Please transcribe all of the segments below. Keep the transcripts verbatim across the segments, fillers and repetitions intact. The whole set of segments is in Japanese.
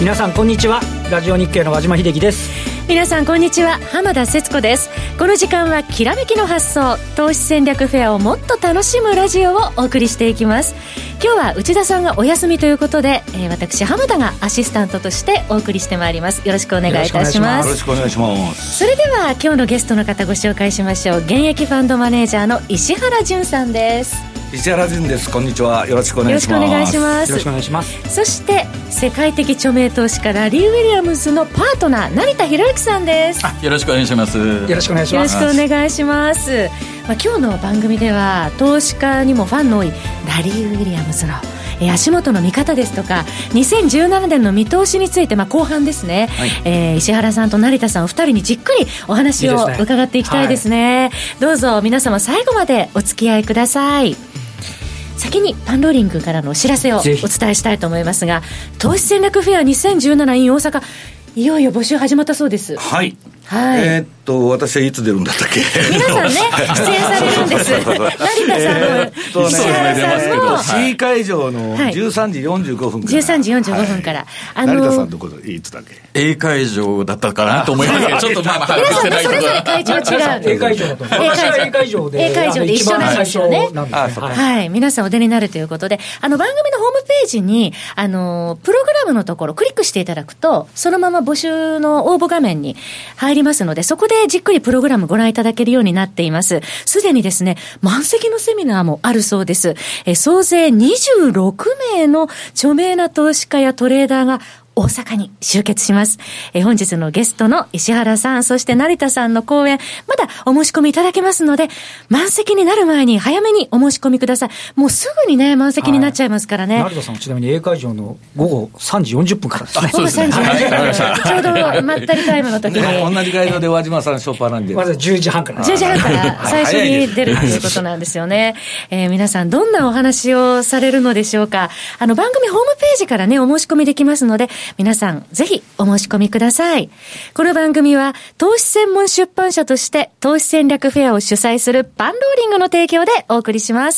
皆さんこんにちは。ラジオ日経の和島秀樹です。 皆さんこんにちは。浜田節子です。この時間はきらめきの発想、投資戦略フェアをもっと楽しむラジオをお送りしていきます。今日は内田さんがお休みということで、えー、私浜田がアシスタントとしてお送りしてまいります。よろしくお願いいたします。 よろしくお願いします。 それでは今日のゲストの方ご紹介しましょう。現役ファンドマネージャーの石原淳さんです。 石原淳です。こんにちは。よろしくお願いします。 よろしくお願いします。 よろしくお願いします。 そして世界的著名投資家ラリー・ウィリアムズのパートナー成田博之さんです。 よろしくお願いします。よろしくお願いします。 よろしくお願いします。まあ、今日の番組では投資家にもファンの多いラリー・ウィリアムズのえー、足元の見方ですとかにせんじゅうななねんの見通しについて、まあ、後半ですね、はい、えー、石原さんと成田さんお二人にじっくりお話を伺っていきたいですね。いいですね。はい、どうぞ皆様最後までお付き合いください。先にパンローリングからのお知らせをお伝えしたいと思いますが、投資戦略フェアにせんじゅうなな in 大阪、いよいよ募集始まったそうです。 はい、 はい、 えー、っと私はいつ出るんだったっけ。 皆さんね出演されるんです。成田さんも、えー、石原さんも C 会場のじゅうさんじよんじゅうごふんから、 じゅうさんじよんじゅうごふんから、はい、 あのー、成田さんどこいつだっけ。 A 会場だったかなと思いますけど、ちょっとまあまあ皆さんねそれぞれ会場違う。 A 会場だと私は A 会場で A 会場で一緒なんですよね。 あ、 はい、皆さんお出になるということで、あの番組のホームページにあのプログラムのところクリックしていただくと、そのまま募集の応募画面に入りますので、そこでじっくりプログラムご覧いただけるようになっています。すでにですね、満席のセミナーもあるそうです。え総勢にじゅうろくめいの著名な投資家やトレーダーが大阪に集結します。え本日のゲストの石原さん、そして成田さんの講演、まだお申し込みいただけますので、満席になる前に早めにお申し込みください。もうすぐにね満席になっちゃいますからね。 成田さんはちなみに A 会場の午後さんじよんじゅっぷんからですね。 午後さんじよんじゅっぷん、はい、ちょうどまったりタイムの時に同じ会場で和島さんショッパーなんで、 まずじゅうじはんからじゅうじはんから最初に出るということなんですよね。えー、皆さんどんなお話をされるのでしょうか。あの番組ホームページからねお申し込みできますので、皆さんぜひお申し込みください。この番組は投資専門出版社として投資戦略フェアを主催するパンローリングの提供でお送りします。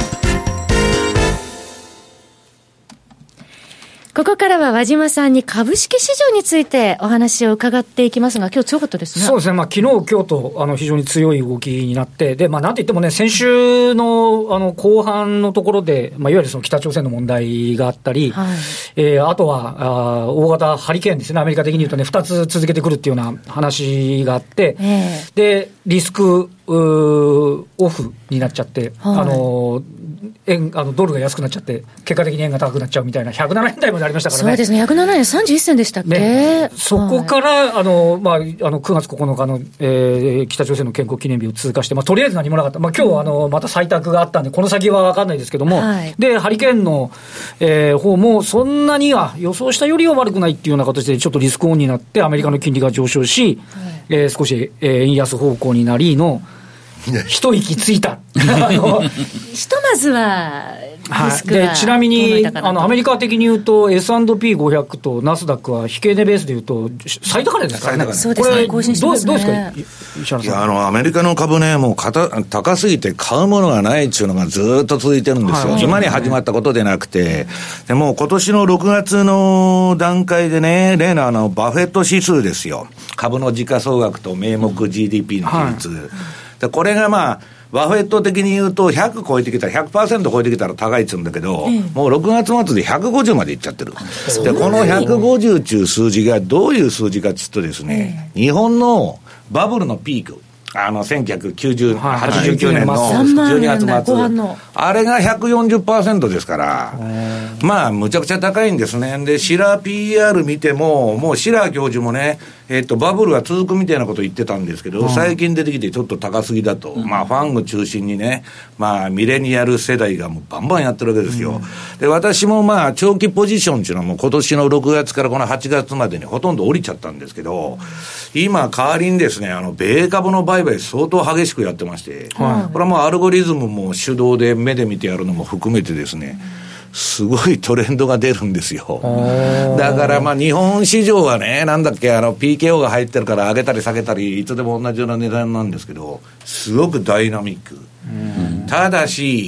ここからは和島さんに株式市場についてお話を伺っていきますが、今日強かったですね。 そうですね、まあ、昨日今日とあの非常に強い動きになって、で、まあ、なんといってもね、先週のあの後半のところで、まあ、いわゆるその北朝鮮の問題があったり、はい、えー、あとはあ大型ハリケーンですね、アメリカ的に言うとね、ふたつ続けてくるっていうような話があって、えー、でリスクオフになっちゃって、はい、あの円あのドルが安くなっちゃって、結果的に円が高くなっちゃうみたいなひゃくななえん台までありましたからね。 そうですね、ひゃくななえんさんじゅういっせんでしたっけ、ね、 そこから、はい、あのまあ、あのくがつここのかの、えー、北朝鮮の建国記念日を通過して、まあ、とりあえず何もなかった、まあ、今日、うん、あのまた採択があったんでこの先は分かんないですけども、はい、でハリケーンの、えー、方もそんなには予想したよりは悪くないっていうような形でちょっとリスクオンになってアメリカの金利が上昇し、はい、えー、少し、えー、円安方向になりの一息ついたひとまずはリスクが、 はい、でちなみにあのアメリカ的に言うと エスアンドピーごひゃく とナスダックは引け値ベースで言うと最高値ですからね。 そうですね、更新してますね。 どうですか。 いや、あのアメリカの株ね、もう高すぎて買うものがないっていうのがずっと続いてるんですよ、はい、今に始まったことでなくて、でもう今年のろくがつの段階でね、例のあのバフェット指数ですよ、株の時価総額と名目 ジーディーピー の比率、はい、でこれがまあバフェット的に言うとひゃく超えてきたら ひゃくパーセント 超えてきたら高いっつうんだけど、うん、もうろくがつ末でひゃくごじゅうまでいっちゃってる。でこのひゃくごじゅうっていう数字がどういう数字かっつうとですね、うん、日本のバブルのピーク、あのせんきゅうひゃくきゅうじゅう、はちじゅうきゅうねんのじゅうにがつ末、あれが ひゃくよんじゅっパーセント ですから、まあむちゃくちゃ高いんですね。でシラー ピーイーアール 見ても、もうシラー教授もね、えっとバブルは続くみたいなこと言ってたんですけど、最近出てきてちょっと高すぎだと、まあファンを中心にね、まあミレニアル世代がもうバンバンやってるわけですよ。で私もまあ長期ポジションっていうのはもう今年のろくがつからこのはちがつまでにほとんど降りちゃったんですけど、今代わりにですね、あの米株の売買相当激しくやってまして、はい、これはもうアルゴリズムも手動で目で見てやるのも含めてですね、すごいトレンドが出るんですよ。だからまあ日本市場はね、なんだっけ、あの ピーケーオー が入ってるから上げたり下げたりいつでも同じような値段なんですけど、すごくダイナミック。ただし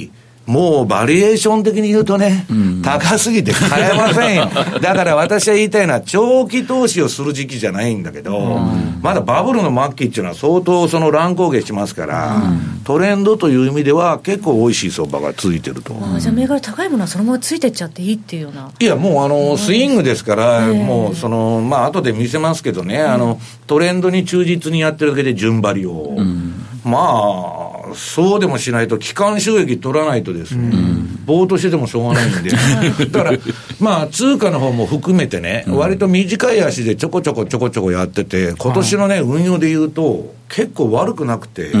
もうバリエーション的に言うとね、うん、高すぎて買えませんよ。だから私は言いたいのは長期投資をする時期じゃないんだけど、うん、まだバブルの末期っていうのは相当その乱高下しますから、うん、トレンドという意味では結構美味しい相場が続いてると。 あ、じゃあ銘柄高いものはそのままついてっちゃっていいっていうような。 いやもうあのスイングですから、もうそのまあ後で見せますけどね、あのトレンドに忠実にやってるだけで順張りを、うん、まあそうでもしないと期間収益取らないとですね、うん、ぼーっとしててもしょうがないんでだからまあ通貨の方も含めてね、うん、割と短い足でちょこちょこちょこちょこやってて、今年のね、はい、運用で言うと結構悪くなくて、うん、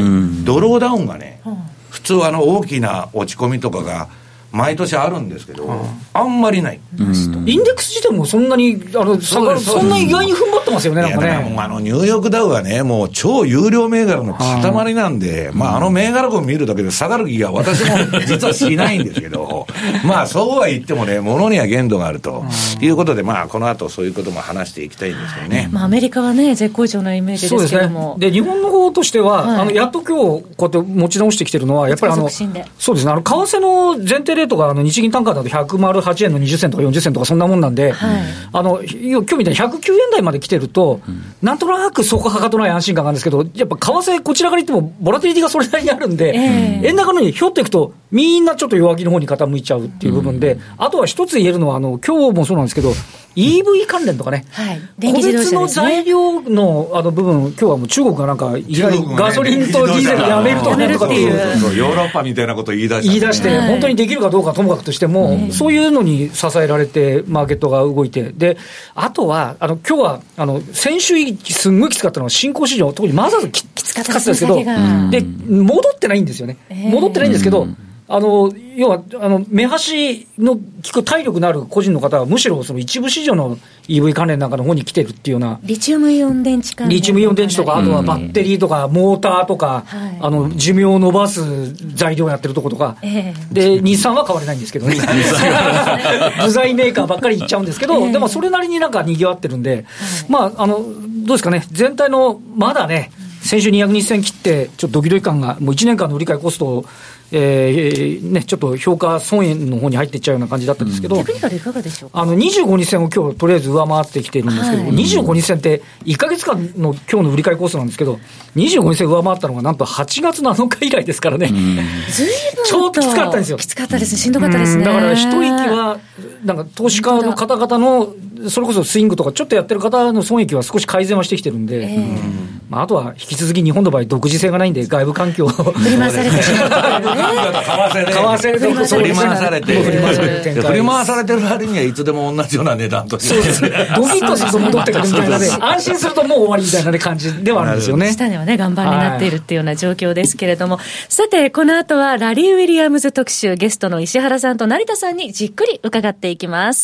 ドローダウンがね、うん、普通あの大きな落ち込みとかが毎年あるんですけど、うん、あんまりない、 うん、インデックス自体もそんなにあの下がる、そんな意外に踏ん張ってますよね。なんかね、いやだからもうあのニューヨークダウはね、もう超有料銘柄の塊なんで、うん、まああの銘柄群見るだけで下がる気が私も実はしないんですけどまあそうは言ってもね、物には限度があるということで、まあこの後そういうことも話していきたいんですけどね。 まあアメリカはね絶好調なイメージですけども、 で、ね、日本の方としては、はい、あのやっと今日こうやって持ち直してきてるのはやっぱりあのそうですね、あの為替の前提レートがあの日銀単価だとひゃくはちえんのにじゅっ銭とかよんじゅっ銭とかそんなもんなんで、はい、あの今日みたいにひゃくきゅうえん台まで来てると、うん、なんとなくそこはかとない安心感があるんですけど、やっぱ為替こちらから言ってもボラティリティがそれなりにあるんで、えー、円高のようにひょっていくとみんなちょっと弱気の方に傾いちゃうっていう部分で、うん、あとは一つ言えるのはあの今日もそうなんですけどイーブイ 関連とかね、はい、個別の材料 の, あの部分、今日はもう中国がなんかいきなりガソリンとディーゼルやめるとかねとかっていう、 そうそう、ヨーロッパみたいなことを言い出した、ね、 言い出して、はい、本当にできるかどうかともかくとしても、うん、そういうのに支えられてマーケットが動いて、であとはあの今日はあの先週すんごいきつかったのは新興市場、特にマザーズきつかったんですけど、で戻ってないんですよね、戻ってないんですけど、あの要はあの目端の効く体力のある個人の方はむしろその一部市場の イーブイ 関連なんかの方に来てるっていうような、 リチウムイオン電池関連、 リチウムイオン電池とか、あとはバッテリーとかモーターとか、はい、あの寿命を伸ばす材料をやってるとことか、えー、で日産は変われないんですけどね部材メーカーばっかりいっちゃうんですけど、えー、でもそれなりになんか賑わってるんで、はい、まああのどうですかね、全体のまだね先週にひゃくにじゅっ銭切ってちょっとドキドキ感が、もういちねんかんの売り買いコストをえーね、ちょっと評価損益の方に入っていっちゃうような感じだったんですけど、 テクニカルいかがでしょうか。 あのにじゅうごにち線を今日とりあえず上回ってきてるんですけど、はい、にじゅうごにち線っていっかげつかんの今日の売り買いコストなんですけど、にじゅうごにち線上回ったのがなんとはちがつなのか以来ですからね、 ずいぶんちょっときつかったんですよ。 きつかったですね、しんどかったですね。 だから一息はなんか投資家の方々のそれこそスイングとかちょっとやってる方の損益は少し改善はしてきてるんで、えーまあ、あとは引き続き日本の場合独自性がないんで外部環境を振り回されてしまった為替で振り回されて振り回されてる割にはいつでも同じような値段として、 そうですね、ドキッとすると戻ってくるみたいなね安心するともう終わりみたいな、ね、感じではあるんですよね。 下値はね岩盤になっているっていうような状況ですけれども、はい、さてこの後はラリー・ウィリアムズ特集、ゲストの石原さんと成田さんにじっくり伺っていきます。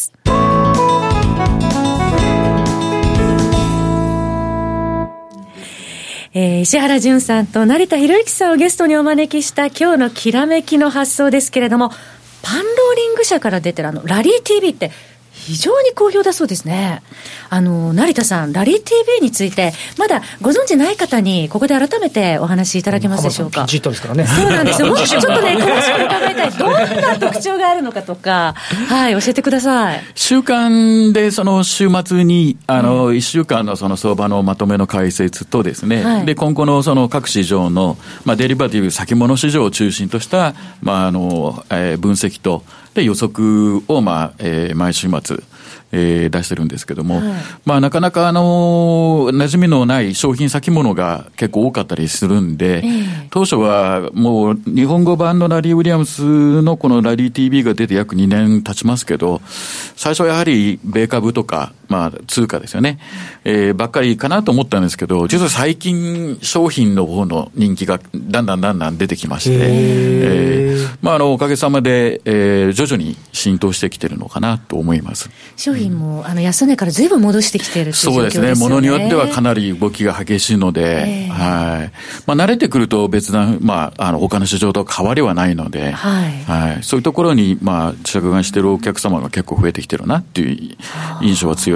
えー、石原淳さんと成田博之さんをゲストにお招きした今日のきらめきの発想ですけれども、パンローリング社から出てるあのラリー ティービー って非常に好評だそうですね。あの成田さん、ラリー ティービー についてまだご存知ない方にここで改めてお話しいただけますでしょうか。 じっとですからね。 そうなんですよ。もうちょっとね詳しく伺いたい。どんな特徴があるのかとか、はい、教えてください。 週間でその週末にあの、うん、いっしゅうかんのその相場のまとめの解説とですね、はい、で今後のその各市場の、まあ、デリバティブ先物市場を中心とした、まああのえー、分析とで予測を、まあえー、毎週末えー、出してるんですけども、はい、まあなかなかあの馴染みのない商品先物が結構多かったりするんで、えー、当初はもう日本語版のラリー・ウィリアムスのこのラリー ティービー が出て約にねん経ちますけど、最初はやはり米株とかまあ通貨ですよね、えー、ばっかりかなと思ったんですけど、実は最近商品の方の人気がだんだんだんだん出てきまして、えー、まああのおかげさまで、えー、徐々に浸透してきてるのかなと思います。 商品もあの安値からずいぶん戻してきているという状況ですよね。 そうですね。ものによってはかなり動きが激しいので、えー、はい。まあ慣れてくると別なまああの他の市場と変わりはないので、はい。はい。そういうところにまあ着眼しているお客様が結構増えてきてるなっていう印象は強い。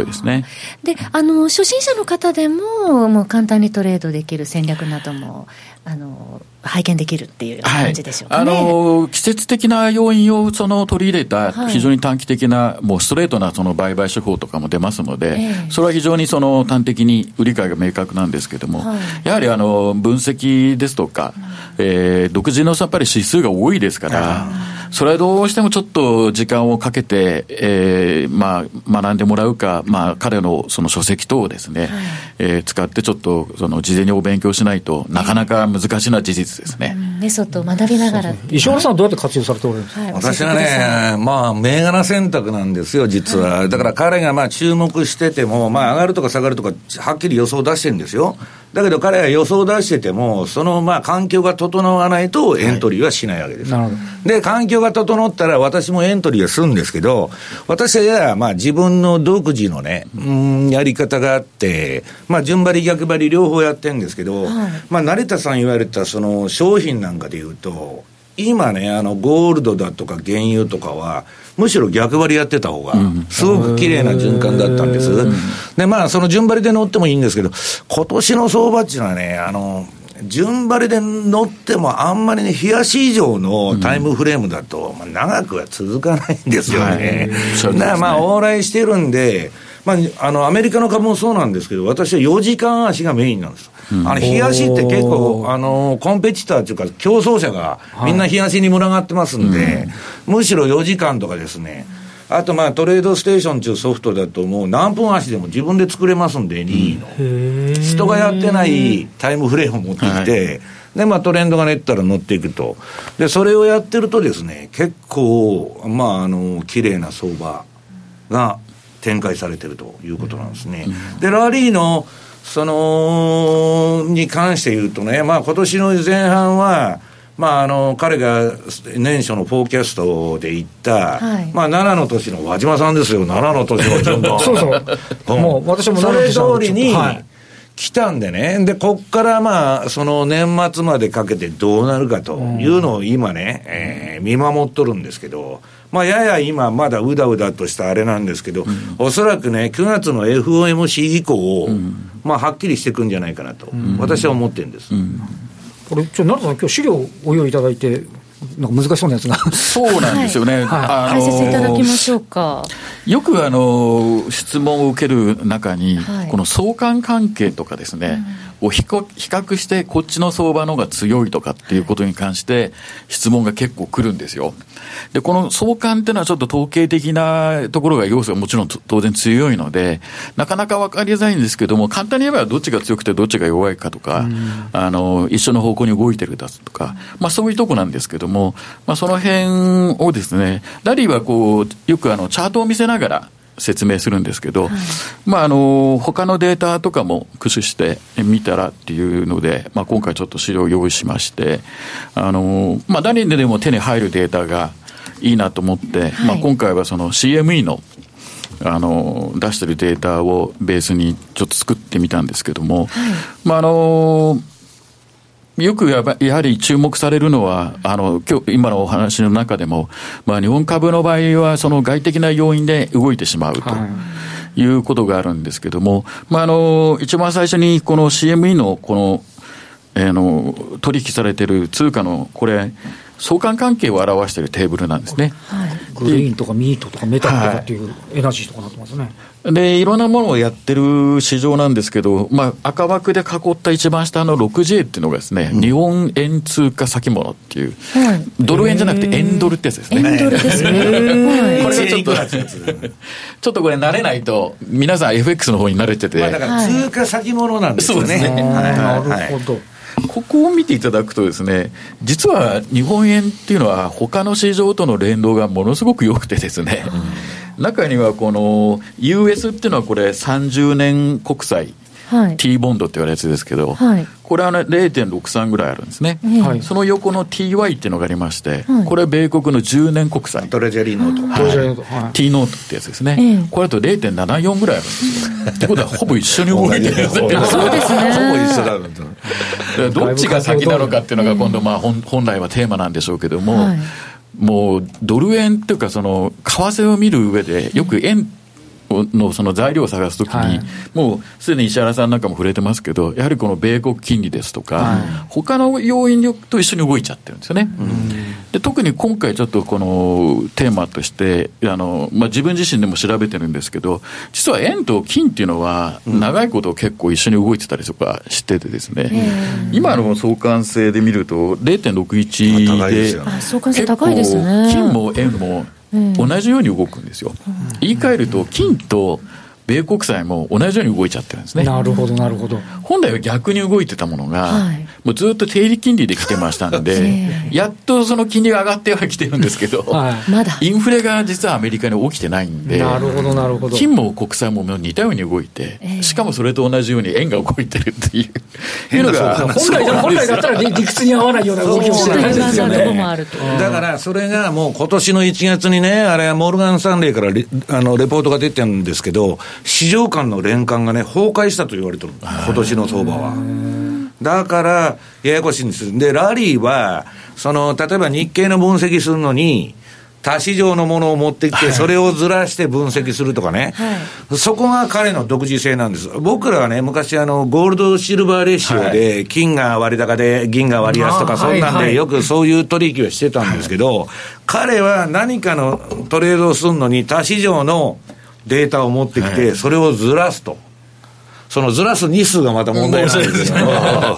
強いですね。 で、あの初心者の方でももう簡単にトレードできる戦略などもあの拝見できるっていう感じでしょうかね。 はい、あの季節的な要因をその取り入れた非常に短期的な、はい、もうストレートなその売買手法とかも出ますので、えー、それは非常にその端的に売り買いが明確なんですけども、はい、やはりあの分析ですとか、うんえー、独自のやっぱり指数が多いですから、それはどうしてもちょっと時間をかけて、えーまあ、学んでもらうか、まあ、彼のその書籍等をですね、はいえー、使ってちょっとその事前にお勉強しないとなかなか難しいのは事実ですね。 メソッドを学びながらって。 石原さんはどうやって活用されておられるんですか。はい、 私はね、まあ、銘柄選択なんですよ、実は。はい、だから彼がまあ注目してても、まあ、上がるとか下がるとか、はっきり予想出してるんですよ。だけど彼が予想出してても、そのまあ環境が整わないとエントリーはしないわけです。はい、なるほど。で、環境が整ったら私もエントリーはするんですけど、私はやまあ自分の独自のね、うん、やり方があって、まあ順張り逆張り両方やってるんですけど、はい、まあ成田さん言われたその商品なんかで言うと、今ね、あのゴールドだとか原油とかはむしろ逆張りやってた方がすごく綺麗な循環だったんです。でまあその順張りで乗ってもいいんですけど、今年の相場っていうのはね、あの順張りで乗ってもあんまりね、日足以上のタイムフレームだと、まあ、長くは続かないんですよね。はい、だからまあ往来してるんで、まあ、あのアメリカの株もそうなんですけど、私はよじかん足がメインなんです。うん、あの日足って結構あのコンペティターというか競争者がみんな日足に群がってますんで、はいうん、むしろよじかんとかですね。あとまあトレードステーションというソフトだともう何分足でも自分で作れますんで、エヌイー の人がやってないタイムフレームを持ってきて、はい、でまあトレンドが練ったら乗っていくと。でそれをやってるとですね、結構まああの綺麗な相場が展開されてるということなんですね。うん、でラリーのそのに関して言うとね、まあ今年の前半はまああの彼が年初のフォーキャストで言った、はい、まあななの年の和島さんですよ。ななの年の順番そうそう、うん、もう私もそれ通りに来たんでね。でこっからまあその年末までかけてどうなるかというのを今ね、えー、見守っとるんですけど、まあ、やや今まだうだうだとしたあれなんですけど、うん、おそらくねくがつの エフオーエムシー 以降、うん、まあはっきりしていくんじゃないかなと、うん、私は思ってるんです。うん、 これちょっと成田さん今日資料をご用意いただいてなんか難しそうなやつがそうなんですよね、はいはい、解説いただきましょうか。 よくあの質問を受ける中に、はい、この相関関係とかですね、うん、を比較してこっちの相場の方が強いとかっていうことに関して質問が結構来るんですよ。でこの相関っていうのはちょっと統計的なところが要素がもちろん当然強いのでなかなか分かりづらいんですけども、簡単に言えばどっちが強くてどっちが弱いかとか、うん、あの一緒の方向に動いてるだとか、まあ、そういうとこなんですけども、まあ、その辺をですねラリーはこうよくあのチャートを見せながら説明するんですけど、はい、まああの他のデータとかも駆使して見たらっていうので、まあ、今回ちょっと資料を用意しまして、あの、まあ、誰にでも手に入るデータがいいなと思って、はい、まあ、今回はその シーエムイー のあの出してるデータをベースにちょっと作ってみたんですけども、はい、まああのよくやはり注目されるのは、あの、今日、今のお話の中でも、まあ、日本株の場合は、その外的な要因で動いてしまうということがあるんですけども、まあ、あの、一番最初にこの シーエムイー のこの、えー、の、取引されている通貨の、これ、相関関係を表しているテーブルなんですね。 はい、グリーンとかミートとかメタルとかっていうエナジーとかなってますね。 でいろんなものをやってる市場なんですけど、まあ、赤枠で囲った一番下の ろくジェー っていうのがですね、うん、日本円通貨先物っていう、はい、ドル円じゃなくて円ドルってやつですね。 円ドルですね。これがちょっとちょっとこれ慣れないと皆さん エフエックス の方に慣れてて、 まあ、だから通貨先物なんですよね。 そうですね。 なるほど。 ここを見ていただくとですね、実は日本円っていうのは他の市場との連動がものすごく良くてですね、うん、中にはこの ユーエス っていうのはこれさんじゅうねん国債、はい、T ボンドって言われるやつですけど、はい、これは、ね、ゼロてんろくさん ぐらいあるんですね、はい、その横の ティーワイ っていうのがありまして、はい、これは米国のじゅうねん国債トレジャリーノート、 はい、T ノートってやつですね、はい、これだと ゼロてんななよん ぐらいあるんですよってことはほぼ一緒に動いてるんですよ。 そうですね。 ほぼ一緒だろうどっちが先なのかっていうのが今度、まあ、本, 本来はテーマなんでしょうけども、はい、もうドル円っていうかその為替を見る上でよく円のその材料を探すときに、はい、もうすでに石原さんなんかも触れてますけど、やはりこの米国金利ですとか、はい、他の要因と一緒に動いちゃってるんですよね。うん、で特に今回ちょっとこのテーマとしてあの、まあ、自分自身でも調べてるんですけど、実は円と金っていうのは長いこと結構一緒に動いてたりとかしててですね、うん、今の相関性で見ると ゼロてんろくいち で、 相関性高いですね。 金も円も同じように動くんですよ。うん、言い換えると金と米国債も同じように動いちゃってるんですね。 なるほどなるほど。 本来は逆に動いてたものが、はい、もうずっと低利金利で来てましたのでやっとその金利が上がってはきてるんですけど、はい、まだインフレが実はアメリカに起きてないんで、 なるほどなるほど。 金も国債も似たように動いて、えー、しかもそれと同じように円が動いてるっていう変なが本来だ本来だったら理屈に合わないような動きをしてるんですよね。 だからそれがもう今年のいちがつにね、あれはモルガン・スタンレーからレあのレポートが出てるんですけど、市場間の連関がね崩壊したと言われてる、今年の相場は。だからややこしいんです。でラリーはその例えば日経の分析するのに他市場のものを持ってきてそれをずらして分析するとかね、はい、そこが彼の独自性なんです。僕らはね昔あのゴールドシルバーレシオで金が割高で銀が割安とか、そんなんでよくそういう取引をしてたんですけど、彼は何かのトレードをするのに他市場のデータを持ってきてそれをずらすと、そのずらす日数がまた問題なんですけど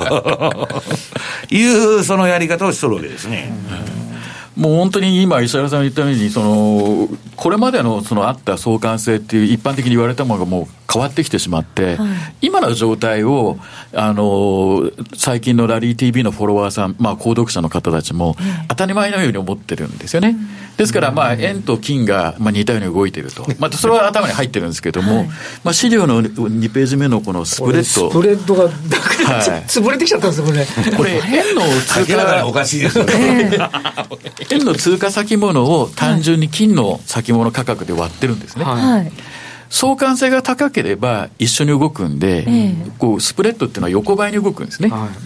いうそのやり方をしとるわけですね。 もう本当に今石原さんが言ったように、そのこれまでのそのあった相関性っていう一般的に言われたものがもう変わってきてしまって、はい、今の状態をあの最近のラリー ティービー のフォロワーさん、まあ、購読者の方たちも当たり前のように思ってるんですよね。ですからまあ円と金がまあ似たように動いていると、まあ、それは頭に入ってるんですけども、はい、まあ、資料のにページ目のこのスプレッド、 スプレッドがだから、はい、潰れてきちゃったんですよこれ。 これ円の通貨だからおかしいですよね円の通貨先物を単純に金の先物価格で割ってるんですね。はい、相関性が高ければ一緒に動くんで、えー、こうスプレッドっていうのは横ばいに動くんですね。はい、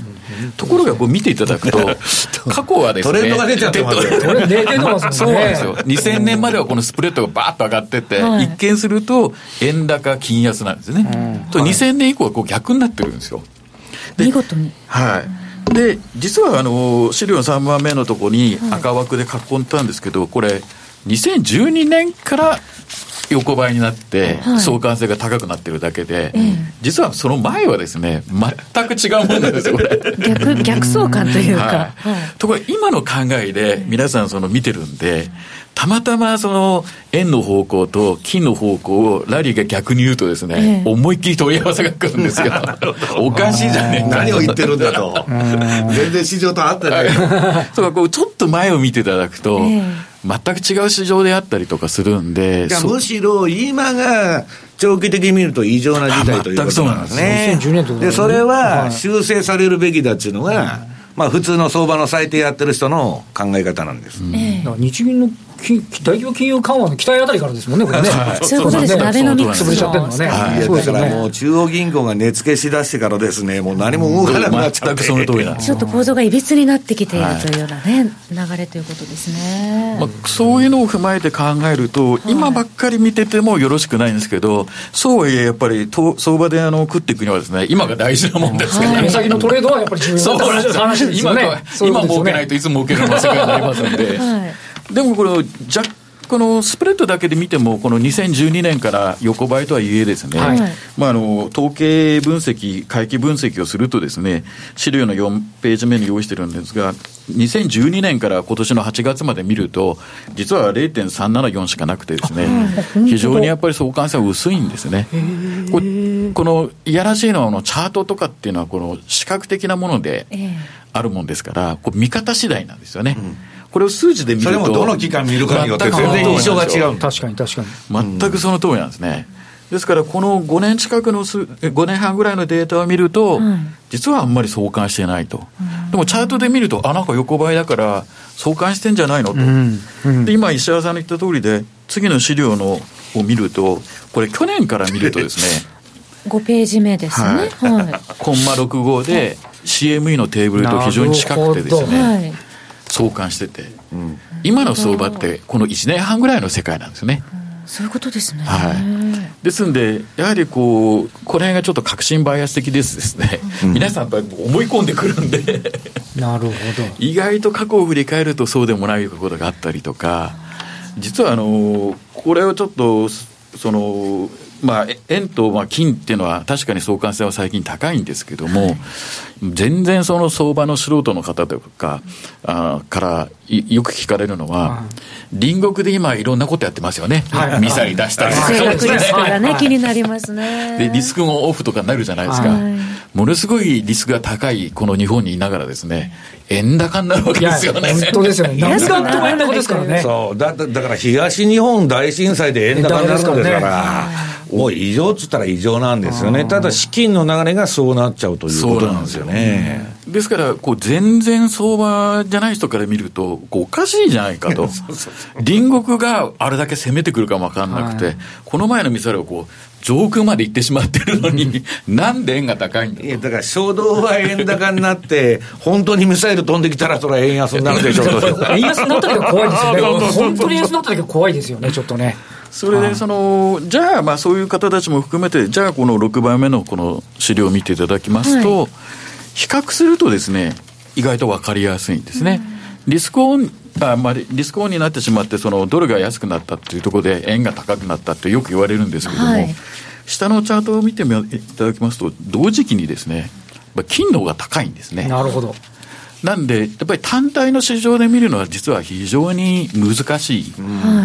ところがこう見ていただくと過去はですね、 トレンドが出ちゃってますよね。そうなんですよ。にせんねんまではこのスプレッドがバーッと上がってて、はい、一見すると円高金安なんですね。うん、とにせんねん以降はこう逆になってるんですよ。 見事に。 はい。で実はあの資料のさんばんめのところに赤枠で囲んだんですけど、これにせんじゅうにねんから横ばいになって相関性が高くなってるだけで、はい、実はその前はですね全く違うものなんですよこれ。 逆逆相関というか、はいはい、ところが今の考えで皆さんその見てるんで、たまたまその円の方向と金の方向をラリーが逆に言うとですね、ええ、思いっきり問い合わせが来るんですよおかしいじゃねえか、 何を言ってるんだと全然市場と合ってないそうか、こうちょっと前を見ていただくと、ええ、全く違う市場であったりとかするんで、 むしろ今が長期的に見ると異常な事態ということなんですね。 にせんじゅうねんとかでそれは修正されるべきだっていうのが、まあ、普通の相場の最低やってる人の考え方なんです、うん、 ええ、日銀の大規模金融緩和の期待あたりからですもんねこれねそういうことですね。アベノミクス潰れちゃってるのはね、 はい、そうですからもう中央銀行が値付けしだしてからですね、もう何も動かなくなっちゃって、 全くその通りなんです。 ちょっと構造がいびつになってきているというようなね、はい、流れということですね。 まあ、そういうのを踏まえて考えると、はい、今ばっかり見ててもよろしくないんですけど、そうはいえやっぱり相場であの食っていくにはですね、今が大事なもんですからね。 目先のトレードはやっぱり重要な話ですよね。 今儲けないといつ儲けるの世界になりますので、はい、でもこれ若干このスプレッドだけで見てもこのにせんじゅうにねんから横ばいとはいえですね、はい、まあ、あの統計分析回帰分析をするとですね、資料のよんページ目に用意してるんですが、にせんじゅうにねんから今年のはちがつまで見ると実は ゼロてんさんななよん しかなくてですね、非常にやっぱり相関性は薄いんですね。こ, このいやらしいのはのチャートとかっていうのはこの視覚的なものであるもんですから、こう見方次第なんですよね。うん、これを数字で見ると、 それもどの期間見るかによって全然印象が違う。 確かに確かに全くその通りなんですね。うん、ですからこのごねん近くのごねんはんぐらいのデータを見ると、うん、実はあんまり相関してないと。うん、でもチャートで見ると、あ、なんか横ばいだから相関してんじゃないのと。うんうん、で今石原さんの言った通りで、次の資料のを見ると、これ去年から見るとですねごページ目ですね、はいはい、 コンマろくごで シーエムイー のテーブルと非常に近くてですね、はい、相関してて、うん、今の相場ってこのいちねんはんぐらいの世界なんですね。 そういうことですね。 はい。 ですんでやはりこうこれがちょっと確信バイアス的ですですね、うん、皆さんやっぱり思い込んでくるんでなるほど。 意外と過去を振り返るとそうでもないことがあったりとか、実はあのこれをちょっとそのまあ、円とまあ金っていうのは確かに相関性は最近高いんですけども、はい、全然その相場の素人の方とかあからよく聞かれるのは、はい、隣国で今いろんなことやってますよね、はい、ミサイル出したりとか、 政学リスクがね、気になりますね。 でリスクもオフとかになるじゃないですか、はい、ものすごいリスクが高いこの日本にいながらですね、円高になるわけですよね。 本当ですよね。何があっても円高ですからね。 そう だ, だから東日本大震災で円高になるんですから、もう異常っつったら異常なんですよね。ただ資金の流れがそうなっちゃうということなんですよね。 です, ですからこう全然相場じゃない人から見るとこうおかしいじゃないかとそうそうそう、隣国があれだけ攻めてくるかも分かんなくて、はい、この前のミサイルをこう上空まで行ってしまってるのになんで円が高いんだと。いやだから初動は円高になって本当にミサイル飛んできたらそれは円安になるでしょう円安になった時は怖いですよね本当に円安になった時は怖いですよね、ちょっとね。 それでそのじゃあまあそういう方たちも含めて、じゃあこのろくばんめのこの資料を見ていただきますと、はい、比較するとですね意外と分かりやすいんですね。リスクオンあ、まあ、リスクオンになってしまってそのドルが安くなったっていうところで円が高くなったってよく言われるんですけども、はい、下のチャートを見ていただきますと同時期にですね金の方が高いんですね。 なるほど。 なんでやっぱり単体の市場で見るのは実は非常に難しい、うん、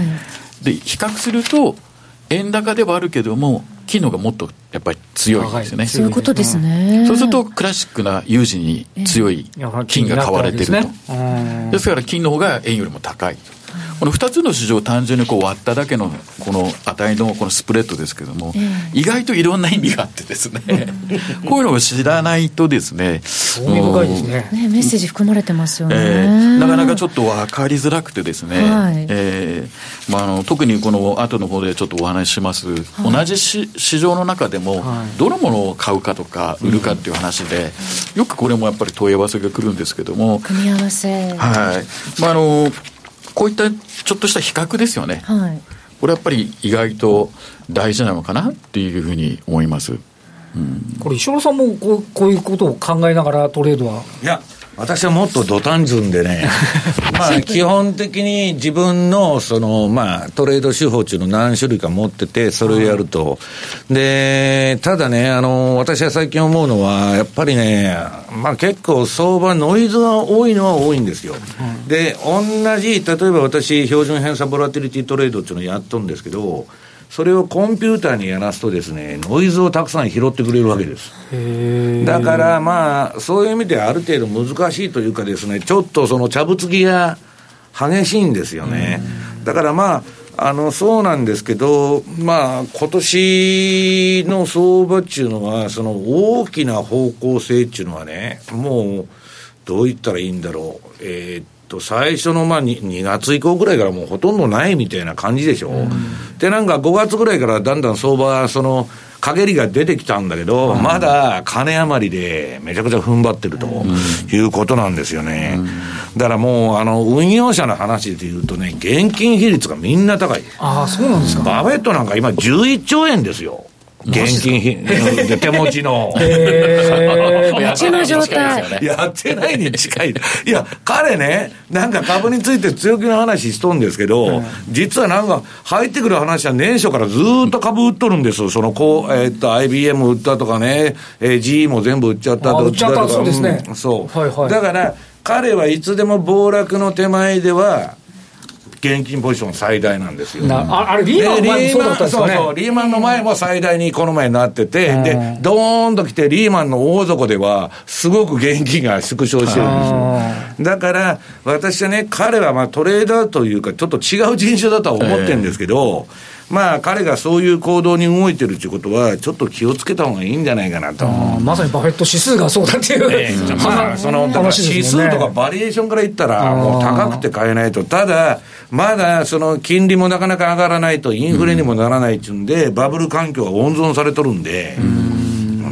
で比較すると円高ではあるけども金の方がもっとやっぱり強いんですよね。 そういうことですね、 うん、そうするとクラシックな有事に強い金が買われていると、えー、ですから金の方が円よりも高いと。このふたつの市場を単純にこう割っただけのこの値のこのスプレッドですけども、えー、意外といろんな意味があってですねこういうのを知らないとですね興味深いですね。 ね、メッセージ含まれてますよね、 えー、なかなかちょっと分かりづらくてですね、はい、えーまあ、あの特にこの後の方でちょっとお話しします、はい、同じ市場の中でもどのものを買うかとか売るかっていう話で、うん、よくこれもやっぱり問い合わせが来るんですけども、 組み合わせ、 はい、まあ、あのこういったちょっとした比較ですよね、はい、これやっぱり意外と大事なのかなっていうふうに思います、 うん、これ石原さんもこう、こういうことを考えながらトレードは。 いや私はもっとド単純でねまあ基本的に自分のそのまあトレード手法っていうのを何種類か持っててそれをやると、でただねあの私は最近思うのはやっぱりねまあ結構相場ノイズが多いのは多いんですよ、うん、で同じ例えば私標準偏差ボラティリティトレードっていうのをやっとるんですけど、それをコンピューターにやらすとですねノイズをたくさん拾ってくれるわけです。へー。だからまあそういう意味ではある程度難しいというかですねちょっとその茶ぶつきが激しいんですよね。だからまああのそうなんですけど、まあ今年の相場っていうのはその大きな方向性っていうのはねもうどう言ったらいいんだろう、えー最初のまあ 2, にがつ以降ぐらいからもうほとんどないみたいな感じでしょ、うん、でなんかごがつぐらいからだんだん相場その陰りが出てきたんだけど、うん、まだ金余りでめちゃくちゃ踏ん張ってるということなんですよね、うん、だからもうあの運用者の話でいうとね現金比率がみんな高い。 ああそうなんですか。 バフェットなんか今じゅういっちょうえんですよ現金で手持ちの持ちの状態やってないに近い。いや彼ねなんか株について強気の話しとんですけど、うん、実はなんか入ってくる話は年初からずっと株売っとるんですよ。そのこう、えー、っと アイビーエム 売ったとかね、えー、ジーイー も全部売っちゃったとか売っちゃったそうですね、 うん、そう、はいはい、だから彼はいつでも暴落の手前では現金ポジション最大なんですよ。 あ, あれリーマンの前もそうだったんですかね。 そうそうリーマンの前も最大にこの前になってて、うん、でドーンと来てリーマンの大底ではすごく現金が縮小してるんですよ。だから私はね彼はまあトレーダーというかちょっと違う人種だとは思ってるんですけど、えー、まあ彼がそういう行動に動いてるということはちょっと気をつけた方がいいんじゃないかなと。 まさにバフェット指数がそうだっていう、えー、 まあそのだから指数とかバリエーションから言ったらもう高くて買えないと。ただまだその金利もなかなか上がらないとインフレにもならないっていうんで、うん、バブル環境は温存されとるんで、うん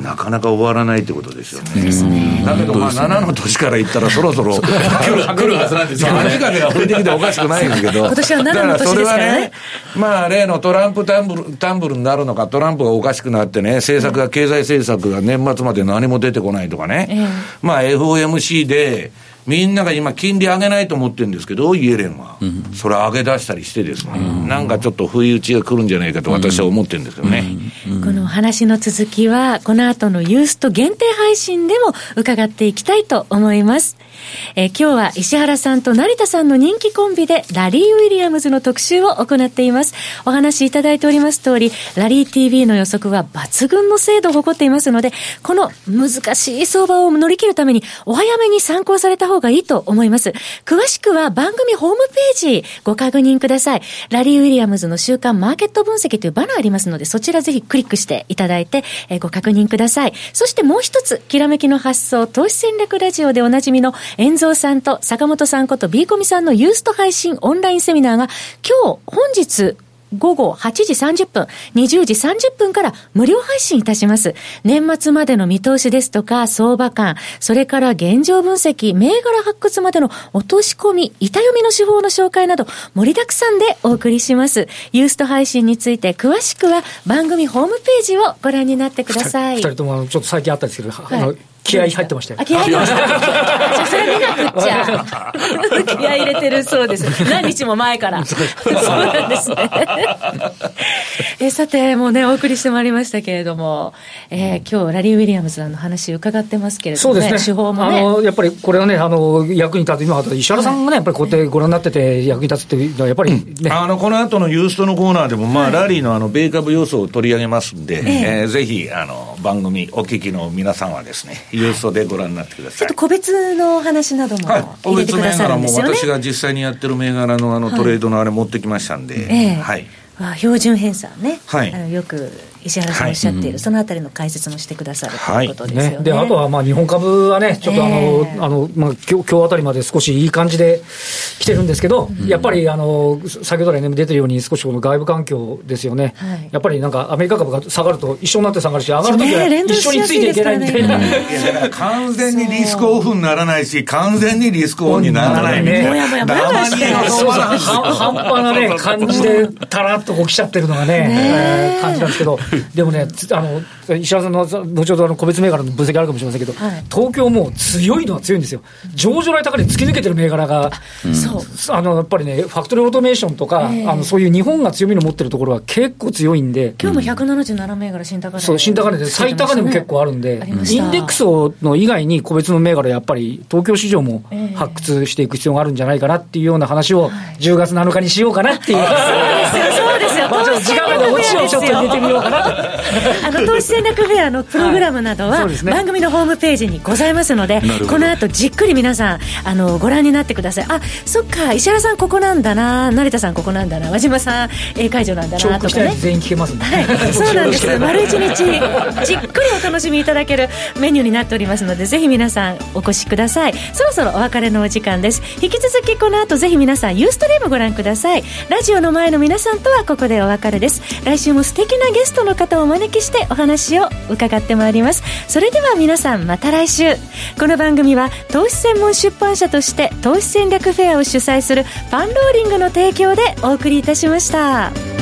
なかなか終わらないってことですよね。 そうですね。 だけどまあななの年からいったらそろそろ来る来るはずなんですよね。短時間が降りてきておかしくないんですけど。 今年はななの年ですからね。だからそれはね、 まあ例のトランプタンブル、タンブルになるのか、トランプがおかしくなってね、政策が、経済政策が年末まで何も出てこないとかね。えー、まあ エフオーエムシー で、みんなが今金利上げないと思ってるんですけど、イエレンは、うん、それ上げ出したりしてですね、うん、なんかちょっと不意打ちが来るんじゃないかと私は思ってるんですけどね、 うんうん、この話の続きはこの後のユースト限定配信でも伺っていきたいと思います。えー、今日は石原さんと成田さんの人気コンビでラリー・ウィリアムズの特集を行っています。お話しいただいております通り、ラリー ティーブイ の予測は抜群の精度を誇っていますので、この難しい相場を乗り切るためにお早めに参考された方がいいと思います。詳しくは番組ホームページご確認ください。ラリー・ウィリアムズの週間マーケット分析というバナーありますので、そちらぜひクリックしていただいて、えー、ご確認ください。そしてもう一つ、きらめきの発想投資戦略ラジオでおなじみの遠蔵さんと坂本さんこと B コミさんのユースト配信オンラインセミナーが今日本日午後はちじさんじゅっぷん、にじゅうじさんじゅっぷんから無料配信いたします。年末までの見通しですとか、相場感、それから現状分析、銘柄発掘までの落とし込み、板読みの手法の紹介など、盛りだくさんでお送りします。ユースト配信について詳しくは番組ホームページをご覧になってください。 二人ともちょっと最近あったんですけど、はい、あの気合い入ってましたよ。 あ、気合い入ってました。じゃあそれ見なくっちゃ。気合い入れてるそうです。何日も前から。そうなんですね。えさて、もうね、お送りしてまいりましたけれども、えー、今日、ラリー・ウィリアムズさんの話伺ってますけれどもね。そうですね。手法もね。 あの、やっぱりこれはね、あの、役に立つ、今、石原さんがね、やっぱりこうやってご覧になってて役に立つっていうのは、やっぱりね。うん、 あの、この後のユーストのコーナーでも、まあ、はい、ラリーのあの、米株予想を取り上げますんで、えーえー、ぜひ、あの、番組お聞きの皆さんはですね、ユーストでご覧になってください。 ちょっと個別の話なども入れてくださるんですよね。 個別銘柄も私が実際にやってる銘柄のあのトレードのあれ持ってきましたんで、はい。えーはいあ標準偏差ね、はい、あのよく石原さんおっしゃっている、はい、そのあたりの解説もしてくださるということですよね。はいねであとはまあ日本株はね、ちょっとあの、えーあのまあ、今日、今日あたりまで少しいい感じで来てるんですけど、うん、やっぱりあの先ほど来、ね、出てるように、少しこの外部環境ですよね、はい、やっぱりなんかアメリカ株が下がると一緒になって下がるし、上がるときは一緒についていけないみたいな、ね、 いやだから完全にリスクオフにならないし、完全にリスクオンにならないみたいな、もやもやもやもやして半端な、ね、感じでたらっとこう来ちゃってるのがね、ね感じなんですけど、でもね、あの石原さんの後ほどあの個別銘柄の分析あるかもしれませんけど、はい、東京も強いのは強いんですよ。上場来高値突き抜けてる銘柄が、うん、そうあのやっぱりね、ファクトリーオートメーションとか、えー、あのそういう日本が強みの持ってるところは結構強いんで、 今日もひゃくななじゅうなな銘柄新高値、 そう新高値で最高値も結構あるんで、インデックスの以外に個別の銘柄やっぱり東京市場も発掘していく必要があるんじゃないかなっていうような話をじゅうがつなのかにしようかなっていう、 そうですよ、そうですよ、 時間が落ちをちょっと入れてみようかなあの投資戦略フェアのプログラムなどは、はいね、番組のホームページにございますので、この後じっくり皆さんあのご覧になってください。あ、そっか、石原さんここなんだな、成田さんここなんだな、和島さん A 会場なんだなとかね、 全員聞けますんで、 はい、そうなんです。丸一日じっくりお楽しみいただけるメニューになっておりますので、ぜひ皆さんお越しください。そろそろお別れのお時間です。引き続きこの後ぜひ皆さんユーストリームご覧ください。ラジオの前の皆さんとはここでお別れです。来週も素敵なゲストの方をお招きしてお話を伺ってまいります。それでは皆さんまた来週。この番組は投資専門出版社として投資戦略フェアを主催するファンローリングの提供でお送りいたしました。